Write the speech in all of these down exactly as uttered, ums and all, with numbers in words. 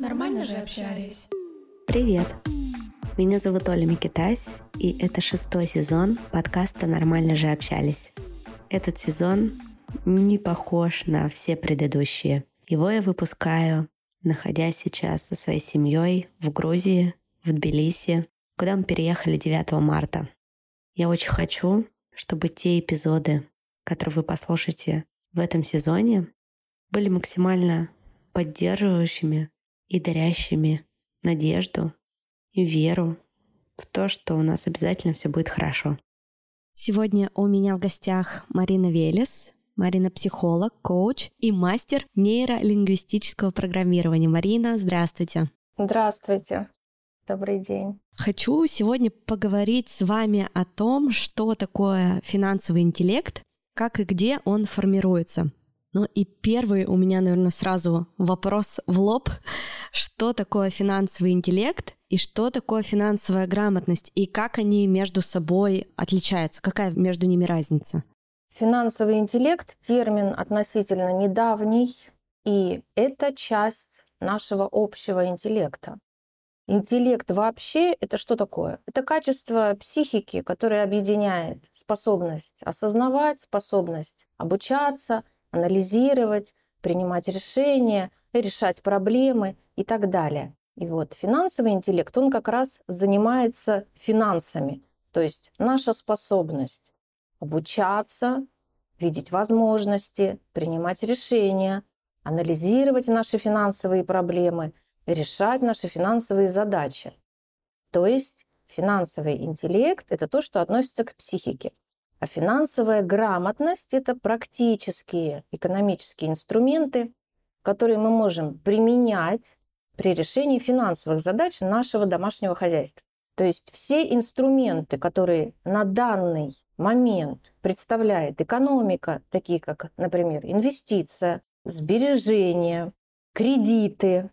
Нормально же общались. Привет! Меня зовут Оля Микитась, и это шестой сезон подкаста «Нормально же общались». Этот сезон не похож на все предыдущие. Его я выпускаю, находясь сейчас со своей семьей в Грузии, в Тбилиси, куда мы переехали девятого марта. Я очень хочу, чтобы те эпизоды, которые вы послушаете в этом сезоне, были максимально поддерживающими и дарящими надежду и веру в то, что у нас обязательно все будет хорошо. Сегодня у меня в гостях Марина Велес. Марина — психолог, коуч и мастер нейролингвистического программирования. Марина, здравствуйте. Здравствуйте. Добрый день. Хочу сегодня поговорить с вами о том, что такое финансовый интеллект, как и где он формируется. Ну и первый у меня, наверное, сразу вопрос в лоб. Что такое финансовый интеллект и что такое финансовая грамотность? И как они между собой отличаются? Какая между ними разница? Финансовый интеллект — термин относительно недавний, и это часть нашего общего интеллекта. Интеллект вообще — это что такое? Это качество психики, которое объединяет способность осознавать, способность обучаться, анализировать, принимать решения, решать проблемы и так далее. И вот финансовый интеллект, он как раз занимается финансами, то есть наша способность обучаться, видеть возможности, принимать решения, анализировать наши финансовые проблемы, решать наши финансовые задачи. То есть финансовый интеллект — это то, что относится к психике. А финансовая грамотность — это практические экономические инструменты, которые мы можем применять при решении финансовых задач нашего домашнего хозяйства. То есть все инструменты, которые на данный момент представляет экономика, такие как, например, инвестиция, сбережения, кредиты,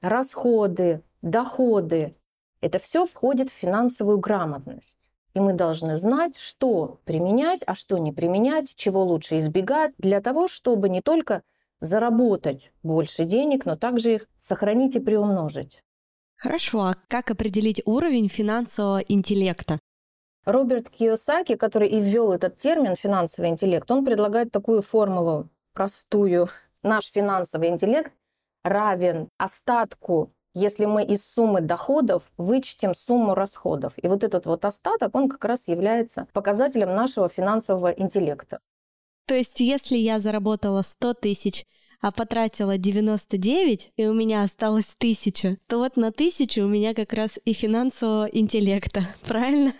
расходы, доходы, это все входит в финансовую грамотность. И мы должны знать, что применять, а что не применять, чего лучше избегать, для того, чтобы не только заработать больше денег, но также их сохранить и приумножить. Хорошо, а как определить уровень финансового интеллекта? Роберт Кийосаки, который и ввел этот термин «финансовый интеллект», он предлагает такую формулу простую. Наш финансовый интеллект равен остатку, если мы из суммы доходов вычтем сумму расходов. И вот этот вот остаток, он как раз является показателем нашего финансового интеллекта. То есть если я заработала сто тысяч, а потратила девяносто девять, и у меня осталось тысяча, то вот на тысячу у меня как раз и финансового интеллекта, правильно?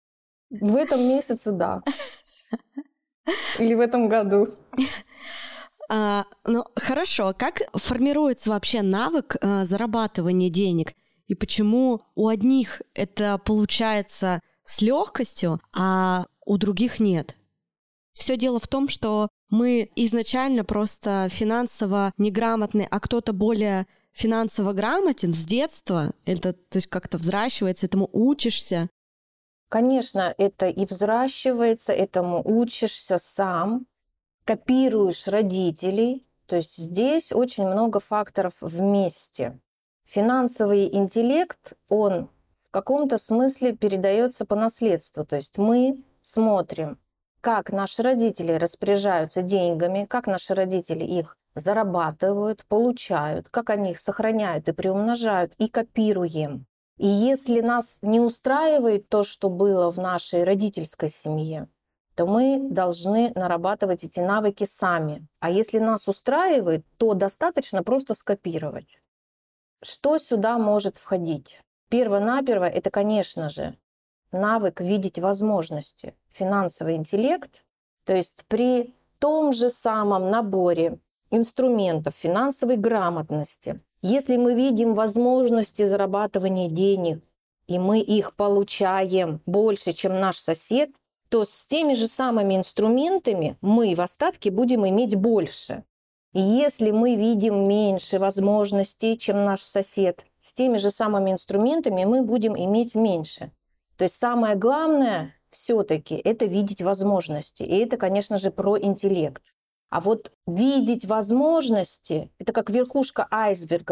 В этом месяце, да. Или в этом году. А, ну, хорошо. Как формируется вообще навык а, зарабатывания денег? И почему у одних это получается с легкостью, а у других нет? Все дело в том, что мы изначально просто финансово неграмотны, а кто-то более финансово грамотен с детства. Это, то есть, как-то взращивается, этому учишься. Конечно, это и взращивается, этому учишься сам, копируешь родителей. То есть здесь очень много факторов вместе. Финансовый интеллект, он в каком-то смысле передается по наследству. То есть мы смотрим, как наши родители распоряжаются деньгами, как наши родители их зарабатывают, получают, как они их сохраняют и приумножают, и копируем. И если нас не устраивает то, что было в нашей родительской семье, то мы должны нарабатывать эти навыки сами. А если нас устраивает, то достаточно просто скопировать. Что сюда может входить? Перво-наперво это, конечно же, навык видеть возможности, финансовый интеллект. То есть при том же самом наборе инструментов финансовой грамотности, если мы видим возможности зарабатывания денег, и мы их получаем больше, чем наш сосед, то с теми же самыми инструментами мы в остатке будем иметь больше. И если мы видим меньше возможностей, чем наш сосед, с теми же самыми инструментами мы будем иметь меньше. То есть самое главное все-таки это видеть возможности. И это, конечно же, про интеллект. А вот видеть возможности — это как верхушка айсберга.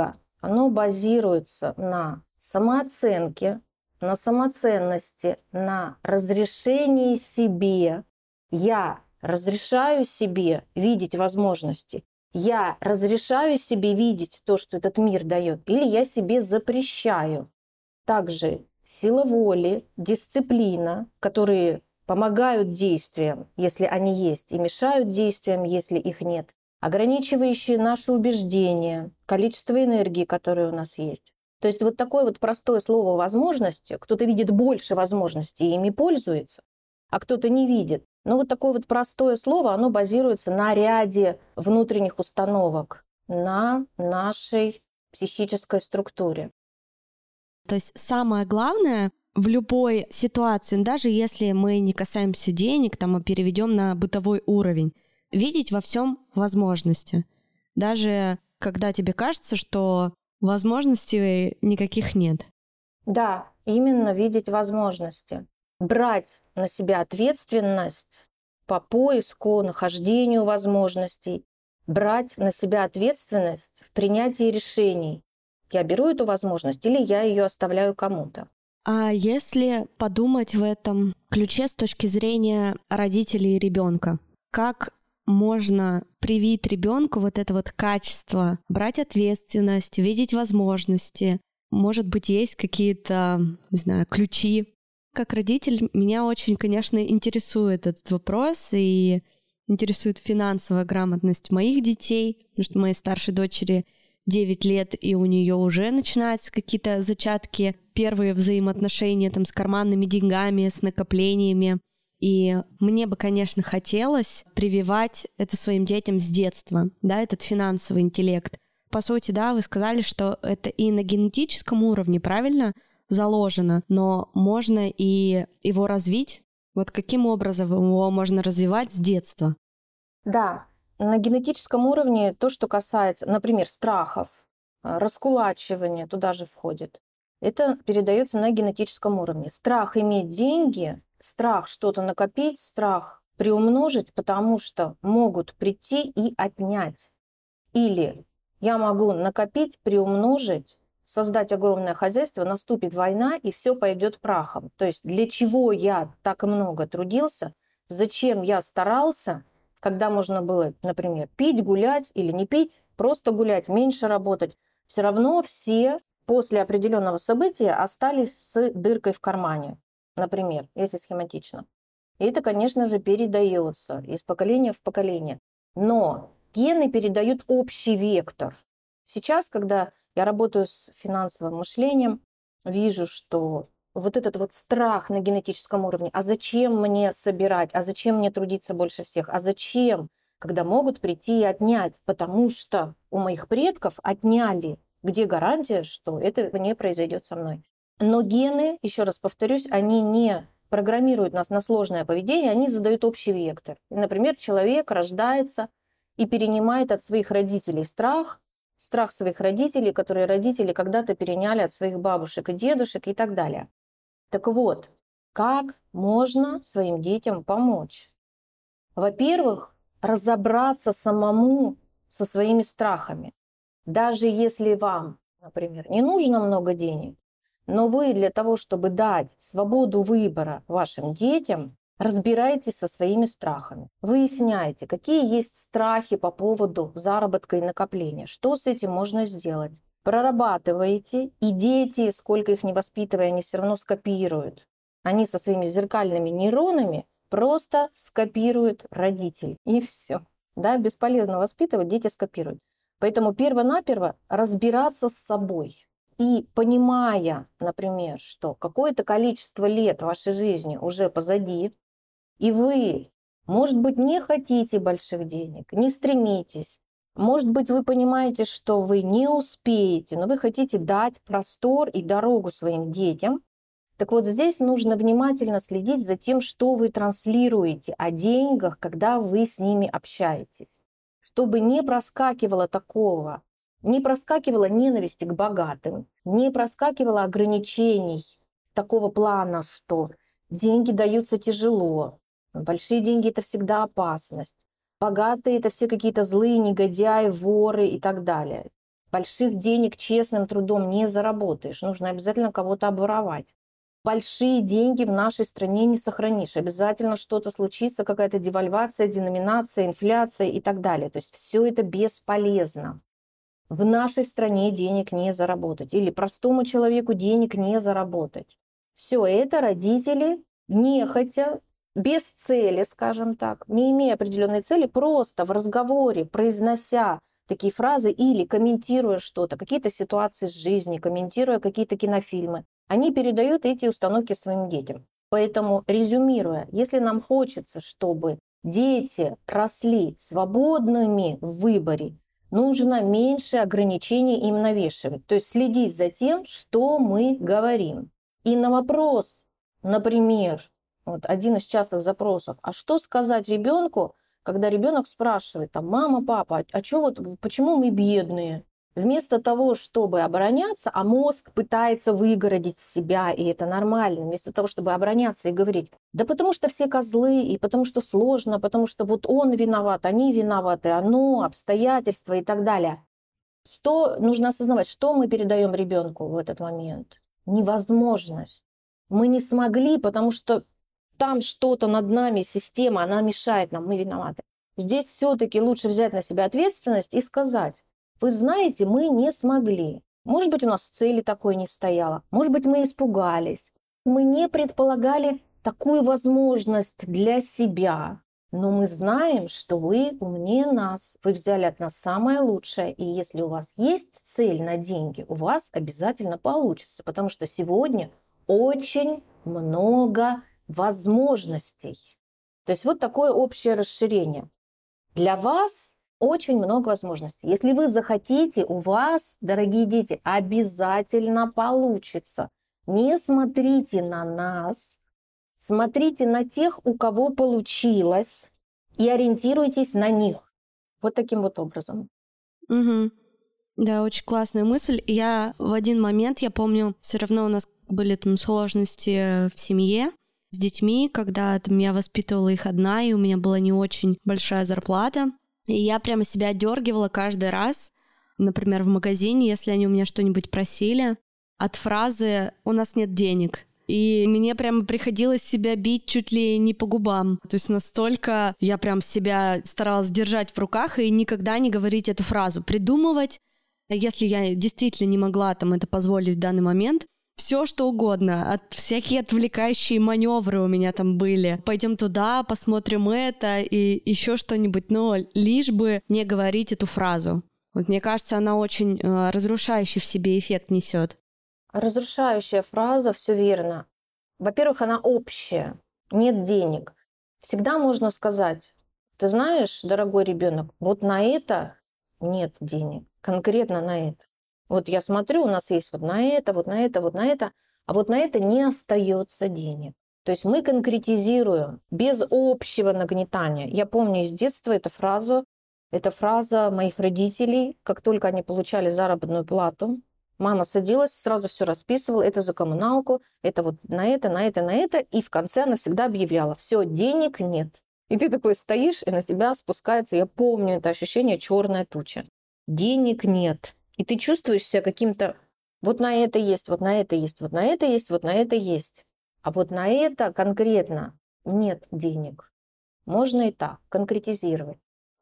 оно базируется на самооценке, на самоценности, на разрешении себе. Я разрешаю себе видеть возможности. Я разрешаю себе видеть то, что этот мир дает, или я себе запрещаю. Также сила воли, дисциплина, которые помогают действиям, если они есть, и мешают действиям, если их нет. Ограничивающие наши убеждения, количество энергии, которое у нас есть. То есть вот такое вот простое слово «возможности». Кто-то видит больше возможностей и ими пользуется, а кто-то не видит. Но вот такое вот простое слово, оно базируется на ряде внутренних установок, на нашей психической структуре. То есть самое главное в любой ситуации, даже если мы не касаемся денег, там, а переведем на бытовой уровень, видеть во всем возможности. Даже когда тебе кажется, что возможностей никаких нет. Да, именно видеть возможности. Брать на себя ответственность по поиску, нахождению возможностей. Брать на себя ответственность в принятии решений. Я беру эту возможность или я ее оставляю кому-то. А если подумать в этом ключе с точки зрения родителей и ребенка, как можно привить ребенку вот это вот качество, брать ответственность, видеть возможности? Может быть, есть какие-то, не знаю, ключи? Как родитель меня очень, конечно, интересует этот вопрос и интересует финансовая грамотность моих детей, потому что моей старшей дочери девять лет, и у нее уже начинаются какие-то зачатки, первые взаимоотношения там с карманными деньгами, с накоплениями. И мне бы, конечно, хотелось прививать это своим детям с детства, да, этот финансовый интеллект. По сути, да, вы сказали, что это и на генетическом уровне, правильно, заложено, но можно и его развить. Вот каким образом его можно развивать с детства? Да, на генетическом уровне то, что касается, например, страхов, раскулачивания, туда же входит. Это передается на генетическом уровне. Страх иметь деньги, страх что-то накопить, страх приумножить, потому что могут прийти и отнять. Или я могу накопить, приумножить, создать огромное хозяйство, наступит война, и все пойдет прахом. То есть для чего я так много трудился, зачем я старался, когда можно было, например, пить, гулять или не пить, просто гулять, меньше работать. Все равно все после определенного события остались с дыркой в кармане, например, если схематично. И это, конечно же, передается из поколения в поколение. Но гены передают общий вектор. Сейчас, когда я работаю с финансовым мышлением, вижу, что вот этот вот страх на генетическом уровне, а зачем мне собирать, а зачем мне трудиться больше всех, а зачем, когда могут прийти и отнять, потому что у моих предков отняли, где гарантия, что это не произойдет со мной. Но гены, еще раз повторюсь, они не программируют нас на сложное поведение, они задают общий вектор. Например, человек рождается и перенимает от своих родителей страх, страх своих родителей, которые родители когда-то переняли от своих бабушек и дедушек и так далее. Так вот, как можно своим детям помочь? Во-первых, разобраться самому со своими страхами. Даже если вам, например, не нужно много денег, но вы для того, чтобы дать свободу выбора вашим детям, разбирайтесь со своими страхами. Выясняйте, какие есть страхи по поводу заработка и накопления. Что с этим можно сделать? Прорабатываете, и дети, сколько их не воспитывая, они все равно скопируют. Они со своими зеркальными нейронами просто скопируют родителей. И все. Да, бесполезно воспитывать, дети скопируют. Поэтому перво-наперво разбираться с собой. И понимая, например, что какое-то количество лет вашей жизни уже позади, и вы, может быть, не хотите больших денег, не стремитесь, может быть, вы понимаете, что вы не успеете, но вы хотите дать простор и дорогу своим детям. Так вот, здесь нужно внимательно следить за тем, что вы транслируете о деньгах, когда вы с ними общаетесь. Чтобы не проскакивало такого, не проскакивало ненависти к богатым, не проскакивало ограничений такого плана, что деньги даются тяжело, большие деньги – это всегда опасность. Богатые – это все какие-то злые негодяи, воры и так далее. Больших денег честным трудом не заработаешь. Нужно обязательно кого-то обворовать. Большие деньги в нашей стране не сохранишь. Обязательно что-то случится, какая-то девальвация, деноминация, инфляция и так далее. То есть все это бесполезно. В нашей стране денег не заработать. Или простому человеку денег не заработать. Все это родители нехотя, без цели, скажем так, не имея определенной цели, просто в разговоре, произнося такие фразы или комментируя что-то, какие-то ситуации с жизни, комментируя какие-то кинофильмы, они передают эти установки своим детям. Поэтому, резюмируя, если нам хочется, чтобы дети росли свободными в выборе, нужно меньше ограничений им навешивать. То есть следить за тем, что мы говорим. И на вопрос, например, вот один из частых запросов, а что сказать ребенку, когда ребенок спрашивает, там, мама, папа, а чё вот, почему мы бедные? Вместо того, чтобы обороняться, а мозг пытается выгородить себя, и это нормально, вместо того, чтобы обороняться и говорить, да потому что все козлы, и потому что сложно, потому что вот он виноват, они виноваты, оно, обстоятельства и так далее. Что нужно осознавать, что мы передаем ребенку в этот момент? Невозможность. Мы не смогли, потому что там что-то над нами, система, она мешает нам, мы виноваты. Здесь все-таки лучше взять на себя ответственность и сказать, вы знаете, мы не смогли. Может быть, у нас цели такой не стояло, может быть, мы испугались. Мы не предполагали такую возможность для себя. Но мы знаем, что вы умнее нас, вы взяли от нас самое лучшее, и если у вас есть цель на деньги, у вас обязательно получится, потому что сегодня очень много возможностей. То есть вот такое общее расширение. Для вас очень много возможностей. Если вы захотите, у вас, дорогие дети, обязательно получится. Не смотрите на нас, смотрите на тех, у кого получилось, и ориентируйтесь на них. Вот таким вот образом. Угу. Да, очень классная мысль. Я в один момент, я помню, все равно у нас были там сложности в семье с детьми, когда там, я воспитывала их одна, и у меня была не очень большая зарплата. И я прямо себя отдергивала каждый раз, например, в магазине, если они у меня что-нибудь просили, от фразы «у нас нет денег». И мне прямо приходилось себя бить чуть ли не по губам. То есть настолько я прям себя старалась держать в руках и никогда не говорить эту фразу. Придумывать, если я действительно не могла там это позволить в данный момент, все что угодно, от всякие отвлекающие маневры у меня там были. Пойдем туда, посмотрим это и еще что-нибудь, но лишь бы не говорить эту фразу. Вот мне кажется, она очень э, разрушающий в себе эффект несет. Разрушающая фраза, все верно. Во-первых, она общая. Нет денег. Всегда можно сказать, ты знаешь, дорогой ребенок, вот на это нет денег. Конкретно на это. Вот я смотрю, у нас есть вот на это, вот на это, вот на это, а вот на это не остается денег. То есть мы конкретизируем без общего нагнетания. Я помню из детства эту фразу, это фраза моих родителей, как только они получали заработную плату, мама садилась, сразу все расписывала, это за коммуналку, это вот на это, на это, на это, и в конце она всегда объявляла, все, денег нет. И ты такой стоишь, и на тебя спускается, я помню это ощущение, черная туча. Денег нет. И ты чувствуешь себя каким-то, вот на это есть, вот на это есть, вот на это есть, вот на это есть. А вот на это конкретно нет денег. Можно и так конкретизировать,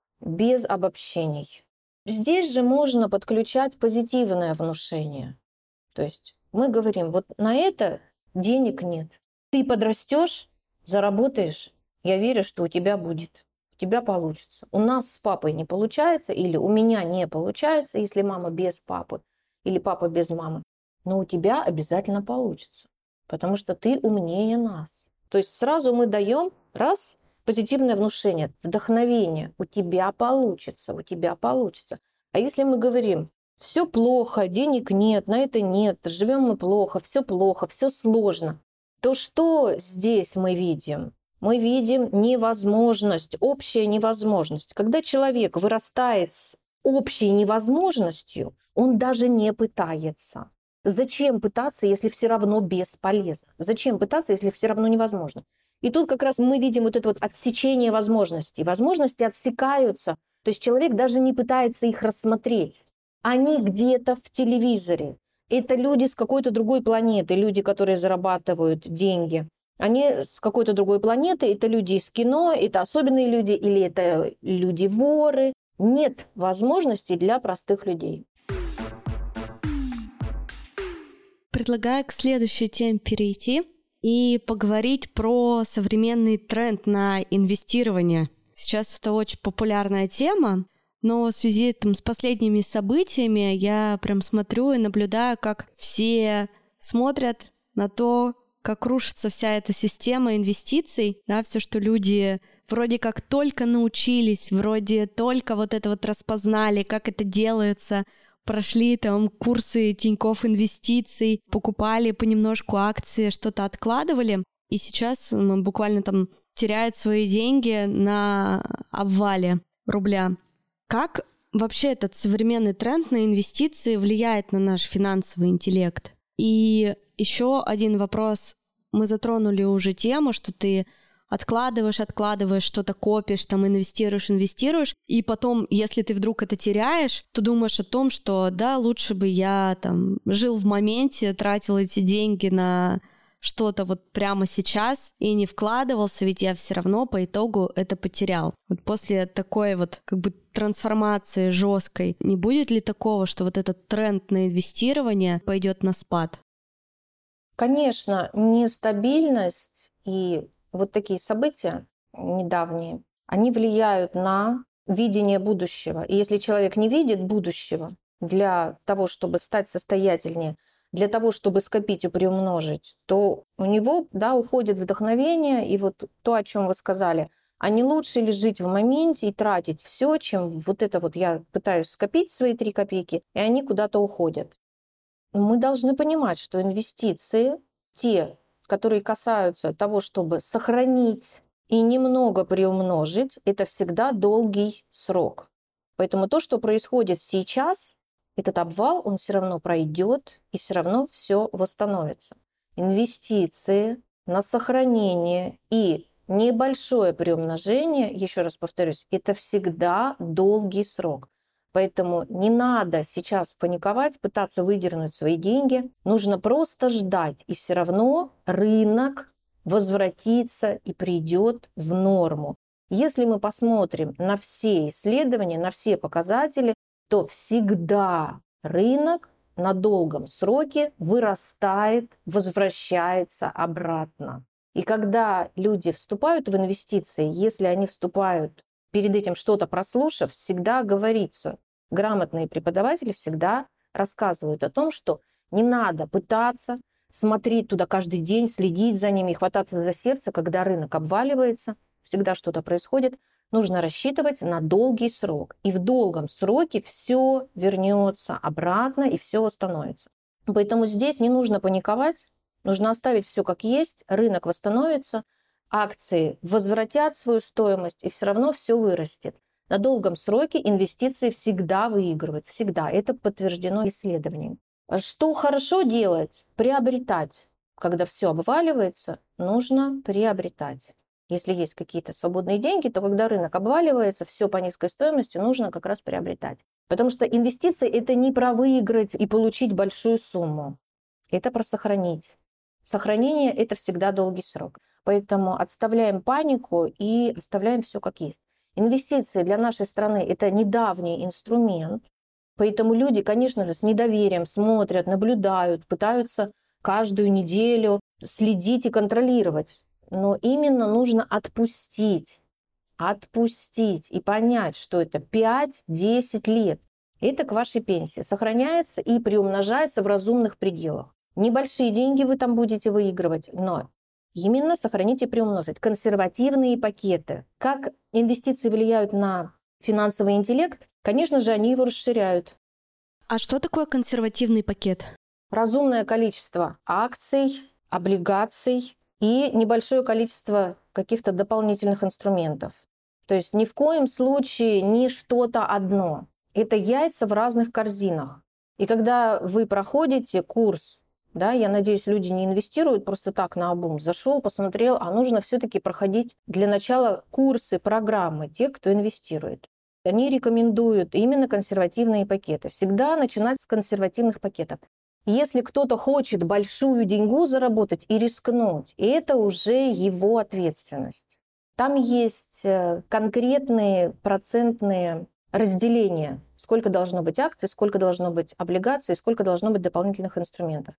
без обобщений. Здесь же можно подключать позитивное внушение. То есть мы говорим, вот на это денег нет. Ты подрастешь, заработаешь, я верю, что у тебя будет. У тебя получится. У нас с папой не получается, или у меня не получается, если мама без папы, или папа без мамы. Но у тебя обязательно получится, потому что ты умнее нас. То есть сразу мы даем раз позитивное внушение, вдохновение. У тебя получится, у тебя получится. А если мы говорим, все плохо, денег нет, на это нет, живем мы плохо, все плохо, все сложно, то что здесь мы видим? Мы видим невозможность, общая невозможность. Когда человек вырастает с общей невозможностью, он даже не пытается. Зачем пытаться, если все равно бесполезно? Зачем пытаться, если все равно невозможно? И тут как раз мы видим вот это вот отсечение возможностей. Возможности отсекаются, то есть человек даже не пытается их рассмотреть. Они где-то в телевизоре. Это люди с какой-то другой планеты, люди, которые зарабатывают деньги. Они с какой-то другой планеты, это люди из кино, это особенные люди или это люди-воры. Нет возможностей для простых людей. Предлагаю к следующей теме перейти и поговорить про современный тренд на инвестирование. Сейчас это очень популярная тема, но в связи там, с последними событиями я прям смотрю и наблюдаю, как все смотрят на то, как рушится вся эта система инвестиций, да, все, что люди вроде как только научились, вроде только вот это вот распознали, как это делается, прошли там курсы Тинькофф инвестиций, покупали понемножку акции, что-то откладывали, и сейчас ну, буквально там теряют свои деньги на обвале рубля. Как вообще этот современный тренд на инвестиции влияет на наш финансовый интеллект? И еще один вопрос. Мы затронули уже тему, что ты откладываешь, откладываешь, что-то копишь, там инвестируешь, инвестируешь, и потом, если ты вдруг это теряешь, то думаешь о том, что да, лучше бы я там жил в моменте, тратил эти деньги на что-то вот прямо сейчас и не вкладывался, ведь я все равно по итогу это потерял. Вот после такой вот как бы трансформации жесткой, не будет ли такого, что вот этот тренд на инвестирование пойдет на спад? Конечно, нестабильность и вот такие события недавние, они влияют на видение будущего. И если человек не видит будущего для того, чтобы стать состоятельнее, для того, чтобы скопить и приумножить, то у него, да, уходит вдохновение. И вот то, о чем вы сказали, а не лучше ли жить в моменте и тратить все, чем вот это вот я пытаюсь скопить свои три копейки, и они куда-то уходят. Мы должны понимать, что инвестиции, те, которые касаются того, чтобы сохранить и немного приумножить, это всегда долгий срок. Поэтому то, что происходит сейчас, этот обвал, он все равно пройдет и все равно все восстановится. Инвестиции на сохранение и небольшое приумножение, еще раз повторюсь, это всегда долгий срок. Поэтому не надо сейчас паниковать, пытаться выдернуть свои деньги. Нужно просто ждать, и все равно рынок возвратится и придет в норму. Если мы посмотрим на все исследования, на все показатели, то всегда рынок на долгом сроке вырастает, возвращается обратно. И когда люди вступают в инвестиции, если они вступают перед этим что-то прослушав, всегда говорится, грамотные преподаватели всегда рассказывают о том, что не надо пытаться смотреть туда каждый день, следить за ними, хвататься за сердце, когда рынок обваливается, всегда что-то происходит. Нужно рассчитывать на долгий срок. И в долгом сроке все вернется обратно и все восстановится. Поэтому здесь не нужно паниковать, нужно оставить все как есть, рынок восстановится, акции возвратят свою стоимость, и все равно все вырастет. На долгом сроке инвестиции всегда выигрывают, всегда. Это подтверждено исследованием. Что хорошо делать? Приобретать. Когда все обваливается, нужно приобретать. Если есть какие-то свободные деньги, то когда рынок обваливается, все по низкой стоимости, нужно как раз приобретать. Потому что инвестиции – это не про выиграть и получить большую сумму. Это про сохранить. Сохранение – это всегда долгий срок. Поэтому отставляем панику и оставляем все как есть. Инвестиции для нашей страны – это недавний инструмент. Поэтому люди, конечно же, с недоверием смотрят, наблюдают, пытаются каждую неделю следить и контролировать. Но именно нужно отпустить, отпустить и понять, что это пять-десять лет. Это к вашей пенсии сохраняется и приумножается в разумных пределах. Небольшие деньги вы там будете выигрывать, но именно сохранить и приумножить. Консервативные пакеты. Как инвестиции влияют на финансовый интеллект? Конечно же, они его расширяют. А что такое консервативный пакет? Разумное количество акций, облигаций и небольшое количество каких-то дополнительных инструментов. То есть ни в коем случае не что-то одно. Это яйца в разных корзинах. И когда вы проходите курс, да, я надеюсь, люди не инвестируют просто так наобум. Зашел, посмотрел, а нужно все-таки проходить для начала курсы, программы тех, кто инвестирует. Они рекомендуют именно консервативные пакеты. Всегда начинать с консервативных пакетов. Если кто-то хочет большую деньгу заработать и рискнуть, это уже его ответственность. Там есть конкретные процентные разделения, сколько должно быть акций, сколько должно быть облигаций, сколько должно быть дополнительных инструментов.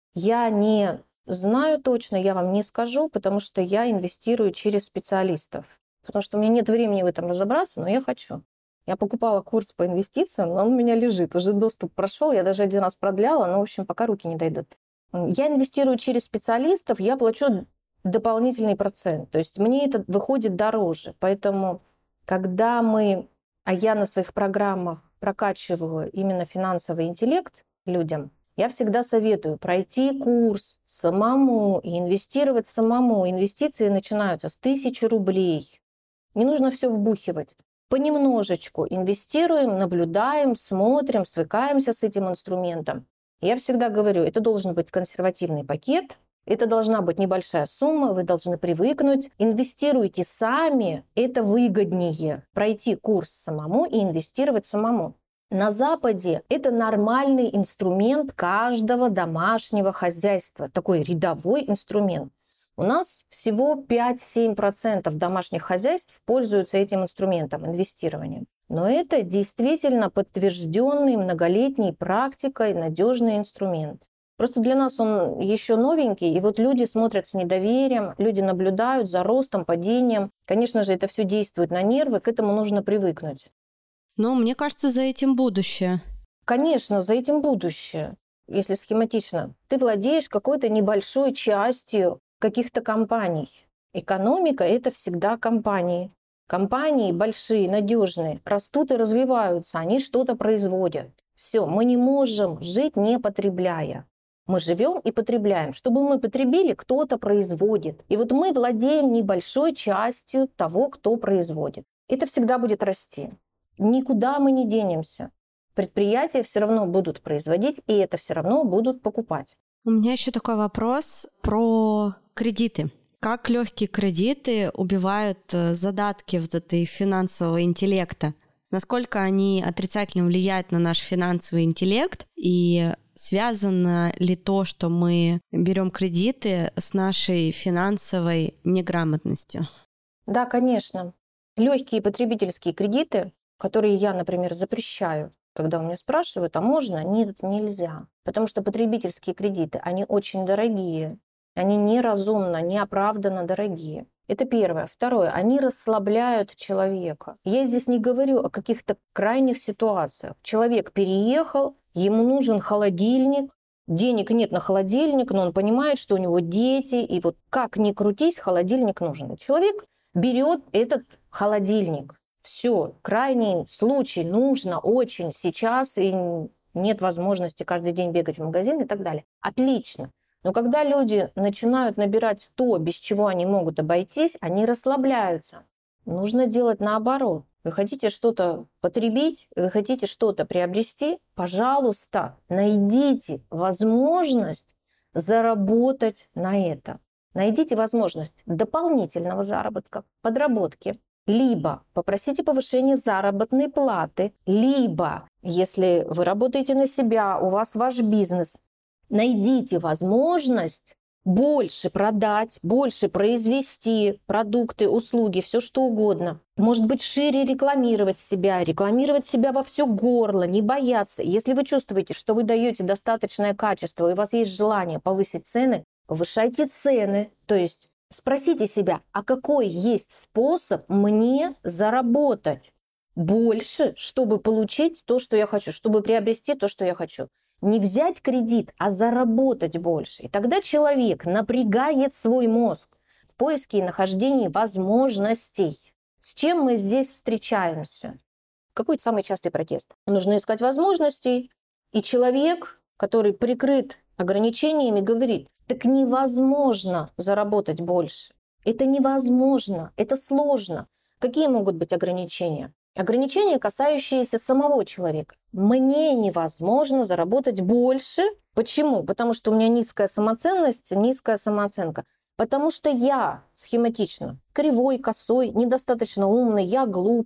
Я не знаю точно, я вам не скажу, потому что я инвестирую через специалистов. Потому что у меня нет времени в этом разобраться, но я хочу. Я покупала курс по инвестициям, но он у меня лежит. Уже доступ прошел, я даже один раз продляла, но, в общем, пока руки не дойдут. Я инвестирую через специалистов, я плачу дополнительный процент. То есть мне это выходит дороже. Поэтому, когда мы, а я на своих программах прокачиваю именно финансовый интеллект людям, я всегда советую пройти курс самому и инвестировать самому. Инвестиции начинаются с тысячи рублей. Не нужно все вбухивать. Понемножечку инвестируем, наблюдаем, смотрим, свыкаемся с этим инструментом. Я всегда говорю, это должен быть консервативный пакет, это должна быть небольшая сумма, вы должны привыкнуть. Инвестируйте сами, это выгоднее. Пройти курс самому и инвестировать самому. На Западе это нормальный инструмент каждого домашнего хозяйства, такой рядовой инструмент. У нас всего пять-семь процентов домашних хозяйств пользуются этим инструментом, инвестированием. Но это действительно подтвержденный многолетней практикой надежный инструмент. Просто для нас он еще новенький, и вот люди смотрят с недоверием, люди наблюдают за ростом, падением. Конечно же, это все действует на нервы, к этому нужно привыкнуть. Но мне кажется, за этим будущее. Конечно, за этим будущее. Если схематично, ты владеешь какой-то небольшой частью каких-то компаний. Экономика – это всегда компании. Компании большие, надежные, растут и развиваются, они что-то производят. Все, мы не можем жить, не потребляя. Мы живем и потребляем. Чтобы мы потребили, кто-то производит. И вот мы владеем небольшой частью того, кто производит. Это всегда будет расти. Никуда мы не денемся. Предприятия все равно будут производить, и это все равно будут покупать. У меня еще такой вопрос про кредиты. Как легкие кредиты убивают задатки вот этой финансового интеллекта? Насколько они отрицательно влияют на наш финансовый интеллект? И связано ли то, что мы берем кредиты, с нашей финансовой неграмотностью? Да, конечно. Легкие потребительские кредиты, которые я, например, запрещаю, когда у меня спрашивают, а можно? Нет, нельзя. Потому что потребительские кредиты, они очень дорогие. Они неразумно, неоправданно дорогие. Это первое. Второе. Они расслабляют человека. Я здесь не говорю о каких-то крайних ситуациях. Человек переехал, ему нужен холодильник, денег нет на холодильник, но он понимает, что у него дети, и вот как ни крутись, холодильник нужен. Человек берет этот холодильник. Все, крайний случай, нужно очень сейчас, и нет возможности каждый день бегать в магазин и так далее. Отлично. Но когда люди начинают набирать то, без чего они могут обойтись, они расслабляются. Нужно делать наоборот. Вы хотите что-то потребить, вы хотите что-то приобрести, пожалуйста, найдите возможность заработать на это. Найдите возможность дополнительного заработка, подработки. Либо попросите повышения заработной платы, либо, если вы работаете на себя, у вас ваш бизнес, найдите возможность больше продать, больше произвести продукты, услуги, все что угодно. Может быть, шире рекламировать себя, рекламировать себя во все горло, не бояться. Если вы чувствуете, что вы даете достаточное качество, и у вас есть желание повысить цены, повышайте цены. То есть спросите себя, а какой есть способ мне заработать больше, чтобы получить то, что я хочу, чтобы приобрести то, что я хочу. Не взять кредит, а заработать больше. И тогда человек напрягает свой мозг в поиске и нахождении возможностей. С чем мы здесь встречаемся? Какой самый частый протест? Нужно искать возможностей. И человек, который прикрыт ограничениями, говорит, так невозможно заработать больше. Это невозможно, это сложно. Какие могут быть ограничения? Ограничения, касающиеся самого человека. Мне невозможно заработать больше. Почему? Потому что у меня низкая самоценность, низкая самооценка. Потому что я схематично кривой, косой, недостаточно умный, я глупый,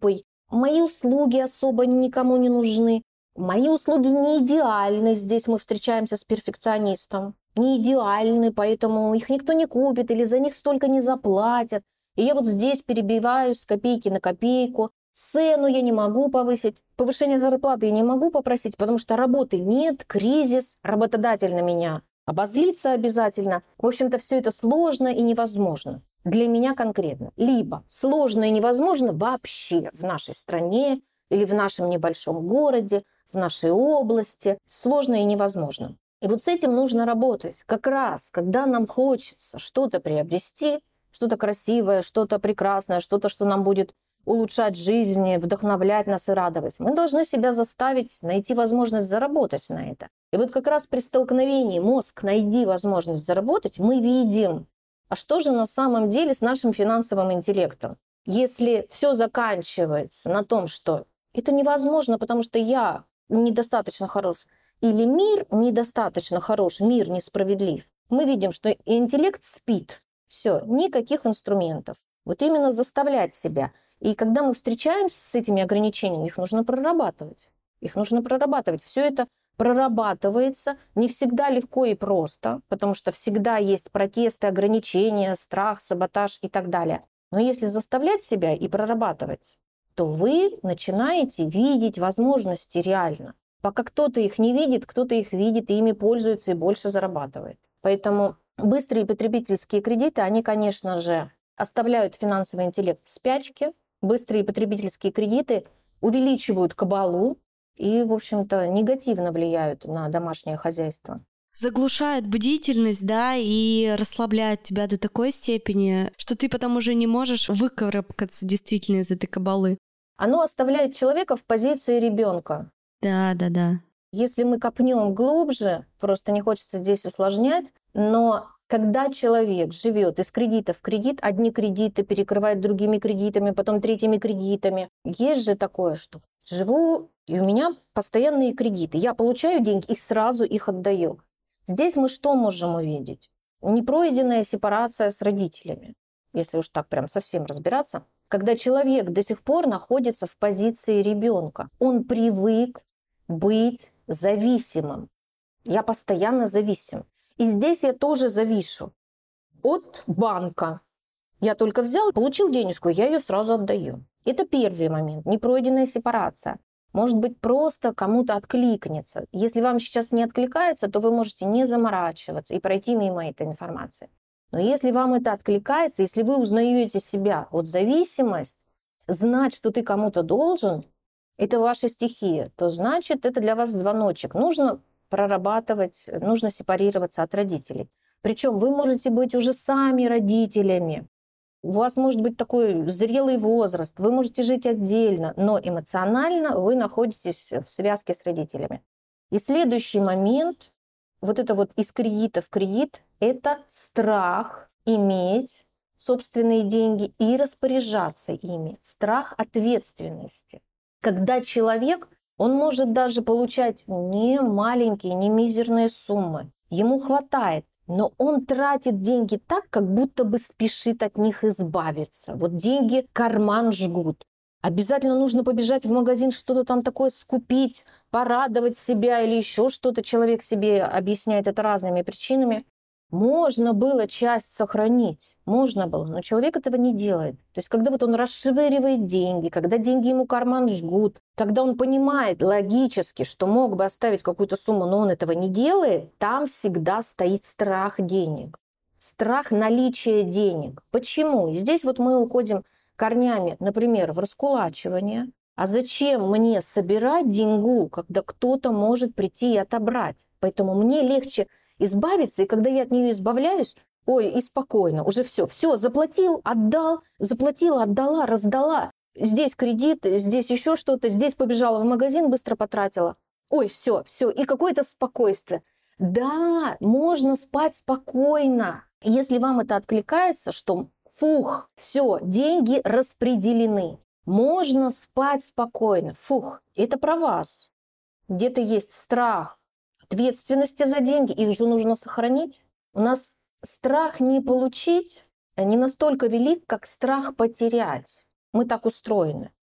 мои услуги особо никому не нужны. Мои услуги не идеальны. Здесь мы встречаемся с перфекционистом. Не идеальны, поэтому их никто не купит или за них столько не заплатят. И я вот здесь перебиваюсь с копейки на копейку. Цену я не могу повысить. Повышение зарплаты я не могу попросить, потому что работы нет, кризис, работодатель на меня обозлится обязательно. В общем-то, все это сложно и невозможно. Для меня конкретно. Либо сложно и невозможно вообще в нашей стране или в нашем небольшом городе, в нашей области. Сложно и невозможно. И вот с этим нужно работать. Как раз, когда нам хочется что-то приобрести, что-то красивое, что-то прекрасное, что-то, что нам будет улучшать жизнь, вдохновлять нас и радовать. Мы должны себя заставить найти возможность заработать на это. И вот как раз при столкновении мозг «найди возможность заработать» мы видим, а что же на самом деле с нашим финансовым интеллектом? Если все заканчивается на том, что это невозможно, потому что я недостаточно хорош, или мир недостаточно хорош, мир несправедлив, мы видим, что интеллект спит. Все, никаких инструментов. Вот именно заставлять себя. И когда мы встречаемся с этими ограничениями, их нужно прорабатывать. Их нужно прорабатывать. Все это прорабатывается не всегда легко и просто, потому что всегда есть протесты, ограничения, страх, саботаж и так далее. Но если заставлять себя и прорабатывать, то вы начинаете видеть возможности реально. Пока кто-то их не видит, кто-то их видит и ими пользуется и больше зарабатывает. Поэтому быстрые потребительские кредиты, они, конечно же, оставляют финансовый интеллект в спячке. Быстрые потребительские кредиты увеличивают кабалу и, в общем-то, негативно влияют на домашнее хозяйство. Заглушает бдительность, да, и расслабляет тебя до такой степени, что ты потом уже не можешь выкарабкаться действительно из этой кабалы. Оно оставляет человека в позиции ребенка. Да, да, да. Если мы копнем глубже, просто не хочется здесь усложнять, но когда человек живет из кредита в кредит, одни кредиты перекрывают другими кредитами, потом третьими кредитами. Есть же такое, что живу, и у меня постоянные кредиты. Я получаю деньги и сразу их отдаю. Здесь мы что можем увидеть? Непройденная сепарация с родителями, если уж так прям совсем разбираться. Когда человек до сих пор находится в позиции ребенка, он привык быть зависимым. Я постоянно зависим. И здесь я тоже завишу от банка. Я только взял, получил денежку, я ее сразу отдаю. Это первый момент, непройденная сепарация. Может быть, просто кому-то откликнется. Если вам сейчас не откликается, то вы можете не заморачиваться и пройти мимо этой информации. Но если вам это откликается, если вы узнаете себя, вот зависимость, знать, что ты кому-то должен, это ваша стихия, то значит, это для вас звоночек. Нужно прорабатывать, нужно сепарироваться от родителей. Причем вы можете быть уже сами родителями. У вас может быть такой зрелый возраст, вы можете жить отдельно, но эмоционально вы находитесь в связке с родителями. И следующий момент, вот это вот из кредита в кредит, это страх иметь собственные деньги и распоряжаться ими. Страх ответственности. Когда человек, он может даже получать не маленькие, не мизерные суммы. Ему хватает, но он тратит деньги так, как будто бы спешит от них избавиться. Вот деньги карман жгут. Обязательно нужно побежать в магазин, что-то там такое скупить, порадовать себя или еще что-то. Человек себе объясняет это разными причинами. Можно было часть сохранить, можно было, но человек этого не делает. То есть когда вот он расшвыривает деньги, когда деньги ему карман жгут, когда он понимает логически, что мог бы оставить какую-то сумму, но он этого не делает, там всегда стоит страх денег. Страх наличия денег. Почему? И здесь вот мы уходим корнями, например, в раскулачивание. А зачем мне собирать деньгу, когда кто-то может прийти и отобрать? Поэтому мне легче избавиться, и когда я от нее избавляюсь, ой, и спокойно, уже все, все, заплатил, отдал, заплатила, отдала, раздала. Здесь кредит, здесь еще что-то, здесь побежала в магазин, быстро потратила. Ой, все, все, и какое-то спокойствие. Да, можно спать спокойно, если вам это откликается, что фух, все, деньги распределены. Можно спать спокойно, фух, это про вас. Где-то есть страх ответственности за деньги, их же нужно сохранить. У нас страх не получить не настолько велик, как страх потерять. Мы так устроены.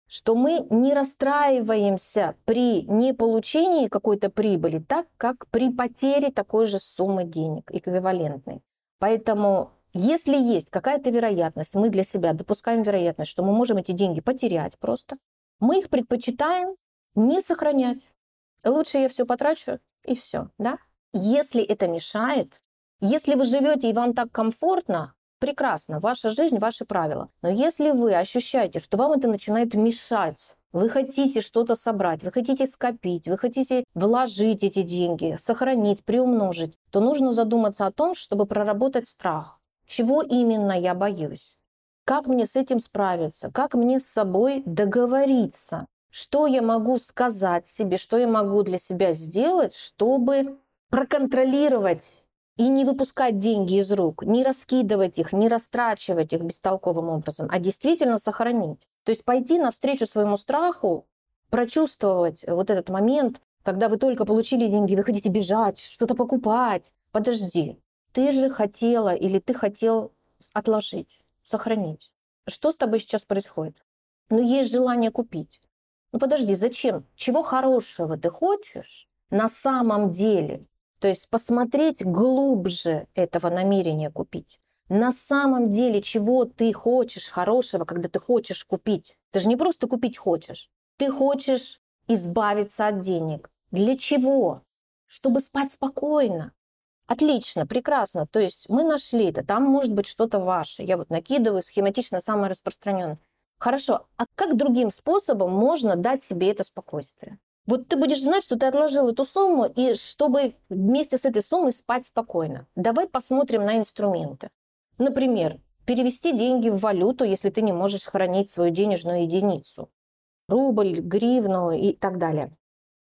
что мы не расстраиваемся при неполучении какой-то прибыли, так как при потере такой же суммы денег, эквивалентной. Поэтому, если есть какая-то вероятность, мы для себя допускаем вероятность, что мы можем эти деньги потерять просто, мы их предпочитаем не сохранять. Лучше я все потрачу и все, да? Если это мешает, если вы живете и вам так комфортно, прекрасно, ваша жизнь, ваши правила. Но если вы ощущаете, что вам это начинает мешать, вы хотите что-то собрать, вы хотите скопить, вы хотите вложить эти деньги, сохранить, приумножить, то нужно задуматься о том, чтобы проработать страх. Чего именно я боюсь? Как мне с этим справиться? Как мне с собой договориться? Что я могу сказать себе, что я могу для себя сделать, чтобы проконтролировать и не выпускать деньги из рук, не раскидывать их, не растрачивать их бестолковым образом, а действительно сохранить. То есть пойти навстречу своему страху, прочувствовать вот этот момент, когда вы только получили деньги, вы хотите бежать, что-то покупать. Подожди, ты же хотела или ты хотел отложить, сохранить. Что с тобой сейчас происходит? Ну, есть желание купить. Ну, подожди, зачем? Чего хорошего ты хочешь на самом деле? То есть посмотреть глубже этого намерения купить. На самом деле, чего ты хочешь хорошего, когда ты хочешь купить? Ты же не просто купить хочешь. Ты хочешь избавиться от денег. Для чего? Чтобы спать спокойно. Отлично, прекрасно. То есть мы нашли это. Там может быть что-то ваше. Я вот накидываю схематично самое распространенное. Хорошо, а как другим способом можно дать себе это спокойствие? Вот ты будешь знать, что ты отложил эту сумму, и чтобы вместе с этой суммой спать спокойно. Давай посмотрим на инструменты. Например, перевести деньги в валюту, если ты не можешь хранить свою денежную единицу. Рубль, гривну и так далее.